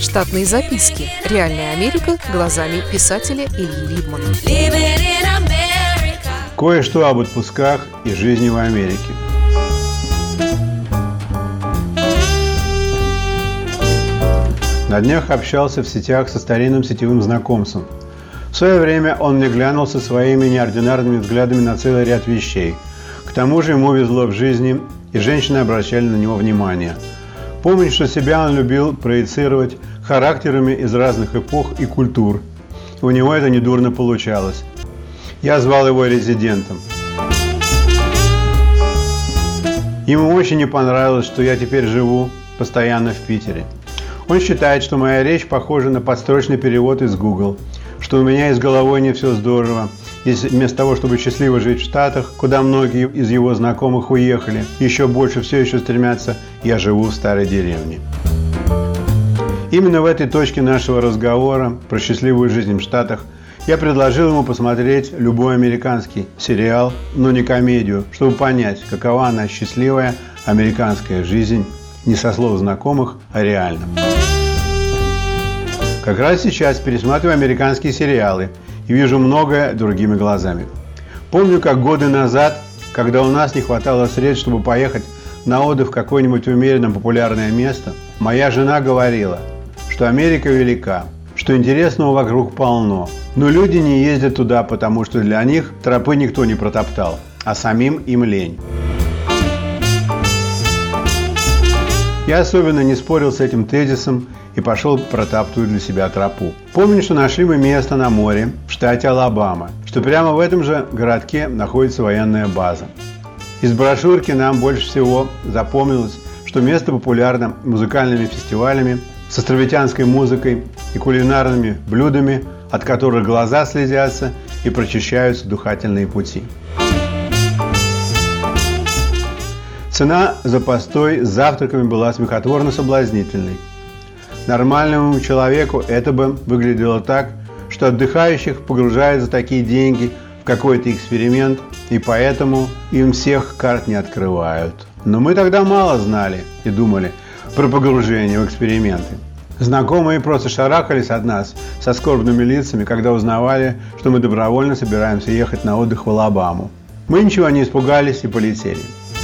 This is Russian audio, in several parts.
Штатные записки. Реальная Америка глазами писателя Ильи Либмана. Кое-что об отпусках и жизни в Америке. На днях общался в сетях со старинным сетевым знакомцем. В свое время он мне глянул со своими неординарными взглядами на целый ряд вещей. К тому же ему везло в жизни, и женщины обращали на него внимание. Помню, что себя он любил проецировать характерами из разных эпох и культур. У него это недурно получалось. Я звал его резидентом. Ему очень не понравилось, что я теперь живу постоянно в Питере. Он считает, что моя речь похожа на подстрочный перевод из Google, что у меня и с головой не все здорово. Если вместо того, чтобы счастливо жить в Штатах, куда многие из его знакомых уехали, еще больше все еще стремятся, я живу в старой деревне. Именно в этой точке нашего разговора про счастливую жизнь в Штатах я предложил ему посмотреть любой американский сериал, но не комедию, чтобы понять, какова она счастливая американская жизнь, не со слов знакомых, а реально. Как раз сейчас пересматриваю американские сериалы и вижу многое другими глазами. Помню, как годы назад, когда у нас не хватало средств, чтобы поехать на отдых в какое-нибудь умеренно популярное место, моя жена говорила, что Америка велика, что интересного вокруг полно, но люди не ездят туда, потому что для них тропы никто не протоптал, а самим им лень. Я особенно не спорил с этим тезисом и пошел протаптывать для себя тропу. Помню, что нашли мы место на море в штате Алабама, что прямо в этом же городке находится военная база. Из брошюрки нам больше всего запомнилось, что место популярно музыкальными фестивалями, с островитянской музыкой и кулинарными блюдами, от которых глаза слезятся и прочищаются дыхательные пути. Цена за постой с завтраками была смехотворно соблазнительной. Нормальному человеку это бы выглядело так, что отдыхающих погружают за такие деньги в какой-то эксперимент, и поэтому им всех карт не открывают. Но мы тогда мало знали и думали про погружение в эксперименты. Знакомые просто шарахались от нас со скорбными лицами, когда узнавали, что мы добровольно собираемся ехать на отдых в Алабаму. Мы ничего не испугались и полетели.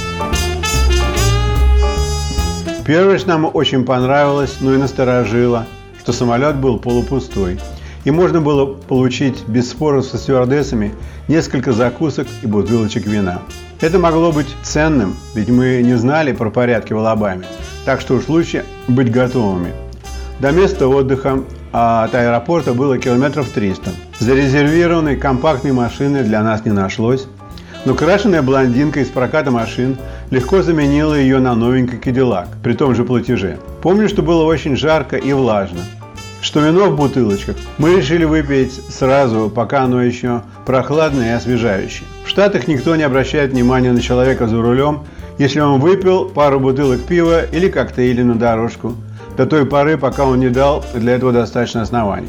Первое, что нам очень понравилось, но и насторожило, что самолет был полупустой, и можно было получить без споров со стюардессами несколько закусок и бутылочек вина. Это могло быть ценным, ведь мы не знали про порядки в Алабаме, так что уж лучше быть готовыми. До места отдыха от аэропорта было километров 300. Зарезервированной компактной машины для нас не нашлось, но крашеная блондинка из проката машин легко заменила ее на новенький Кадиллак, при том же платеже. Помню, что было очень жарко и влажно, что вино в бутылочках мы решили выпить сразу, пока оно еще прохладное и освежающее. В Штатах никто не обращает внимания на человека за рулем, если он выпил пару бутылок пива или коктейли на дорожку, до той поры, пока он не дал для этого достаточно оснований.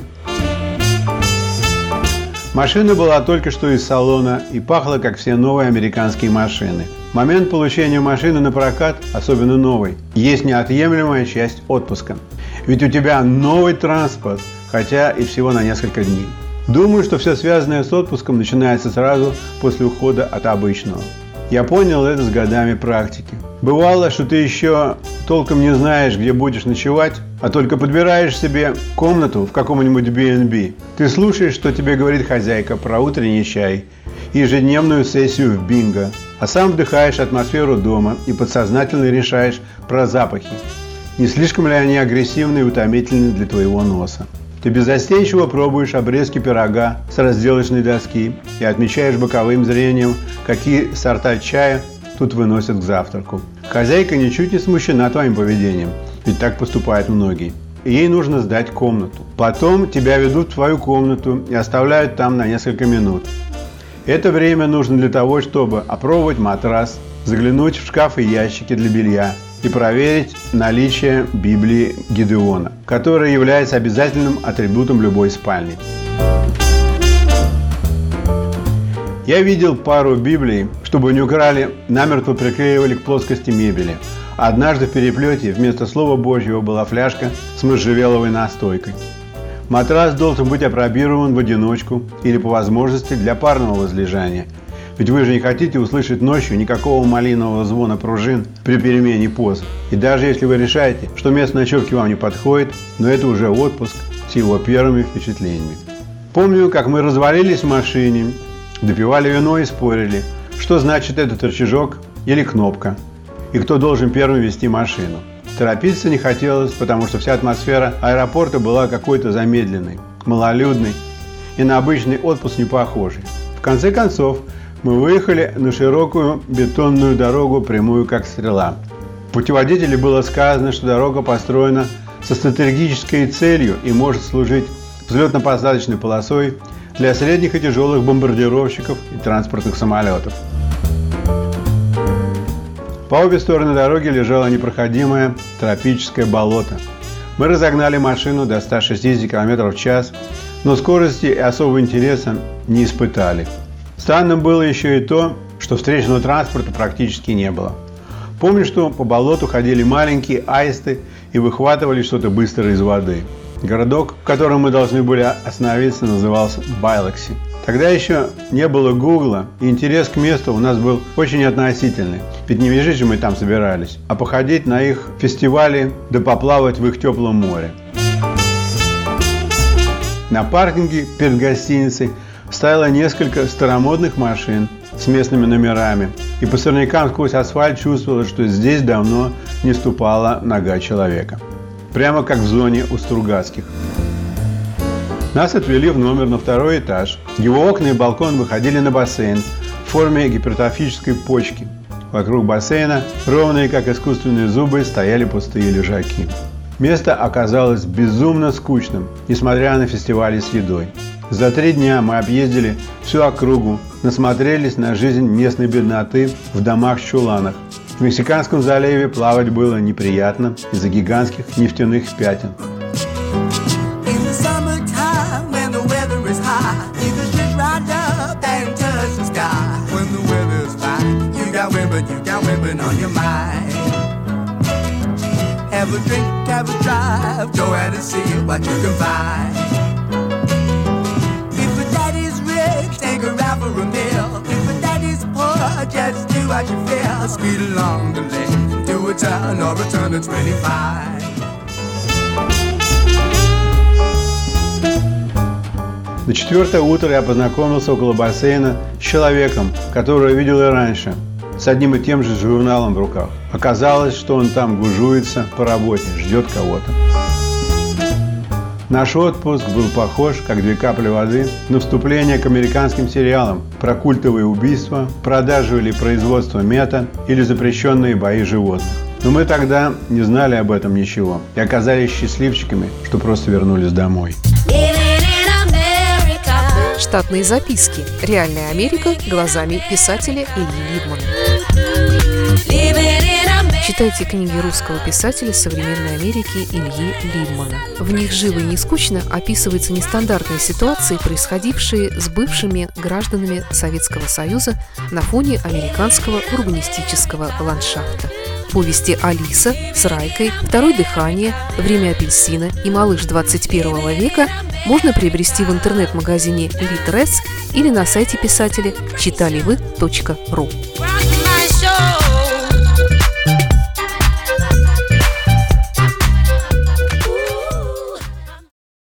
Машина была только что из салона и пахла, как все новые американские машины. Момент получения машины на прокат, особенно новой, есть неотъемлемая часть отпуска. Ведь у тебя новый транспорт, хотя и всего на несколько дней. Думаю, что все связанное с отпуском начинается сразу после ухода от обычного. Я понял это с годами практики. Бывало, что ты еще толком не знаешь, где будешь ночевать, а только подбираешь себе комнату в каком-нибудь B&B. Ты слушаешь, что тебе говорит хозяйка про утренний чай и ежедневную сессию в бинго, а сам вдыхаешь атмосферу дома и подсознательно решаешь про запахи. Не слишком ли они агрессивны и утомительны для твоего носа? Ты беззастенчиво пробуешь обрезки пирога с разделочной доски и отмечаешь боковым зрением, какие сорта чая тут выносят к завтраку. Хозяйка ничуть не смущена твоим поведением, ведь так поступают многие. И ей нужно сдать комнату. Потом тебя ведут в твою комнату и оставляют там на несколько минут. Это время нужно для того, чтобы опробовать матрас, заглянуть в шкаф и ящики для белья и проверить наличие Библии Гидеона, которая является обязательным атрибутом любой спальни. Я видел пару Библий, чтобы не украли, намертво приклеивали к плоскости мебели, Однажды в переплете вместо Слова Божьего была фляжка с можжевеловой настойкой. Матрас должен быть апробирован в одиночку или по возможности для парного возлежания. Ведь вы же не хотите услышать ночью никакого малинового звона пружин при перемене поз. И даже если вы решаете, что место ночевки вам не подходит, но это уже отпуск с его первыми впечатлениями. Помню, как мы развалились в машине, допивали вино и спорили, что значит этот рычажок или кнопка, и кто должен первым вести машину. Торопиться не хотелось, потому что вся атмосфера аэропорта была какой-то замедленной, малолюдной и на обычный отпуск не похожей. В конце концов, мы выехали на широкую бетонную дорогу, прямую как стрела. В путеводителе было сказано, что дорога построена со стратегической целью и может служить взлетно-посадочной полосой для средних и тяжелых бомбардировщиков и транспортных самолетов. По обе стороны дороги лежало непроходимое тропическое болото. Мы разогнали машину до 160 км в час, но скорости и особого интереса не испытали. Странным было еще и то, что встречного транспорта практически не было. Помню, что по болоту ходили маленькие аисты и выхватывали что-то быстро из воды. Городок, в котором мы должны были остановиться, назывался Байлокси. Тогда еще не было Гугла, и интерес к месту у нас был очень относительный. Ведь не жить же мы там собирались, а походить на их фестивали да поплавать в их теплом море. На паркинге перед гостиницей стояло несколько старомодных машин с местными номерами, и по сорнякам сквозь асфальт чувствовалось, что здесь давно не ступала нога человека. Прямо как в зоне у Стругацких. Нас отвели в номер на второй этаж. Его окна и балкон выходили на бассейн в форме гипертрофической почки. Вокруг бассейна, ровные как искусственные зубы, стояли пустые лежаки. Место оказалось безумно скучным, несмотря на фестивали с едой. За 3 дня мы объездили всю округу, насмотрелись на жизнь местной бедноты в домах-чуланах. В Мексиканском заливе плавать было неприятно из-за гигантских нефтяных пятен. Have a drink, have a drive, go out and see what you can find. If a daddy's rich, take her out for a meal. If a daddy's poor, just do what you feel. Speed along the lane, do a turn or a turn of 25. На 4-е утро я познакомился около бассейна с человеком, которого видел и раньше, с одним и тем же журналом в руках. Оказалось, что он там гужуется по работе, ждет кого-то. Наш отпуск был похож, как 2 капли воды, на вступление к американским сериалам про культовые убийства, продажу или производство мета или запрещенные бои животных. Но мы тогда не знали об этом ничего и оказались счастливчиками, что просто вернулись домой. Штатные записки. Реальная Америка глазами писателя Ильи Либмана. Читайте книги русского писателя современной Америки Ильи Либмана. В них живо и не скучно описываются нестандартные ситуации, происходившие с бывшими гражданами Советского Союза на фоне американского урбанистического ландшафта. Повести «Алиса» с Райкой, «Второе дыхание», «Время апельсина» и «Малыш 21 века» можно приобрести в интернет-магазине Литрес или на сайте писателя читаливы.ру.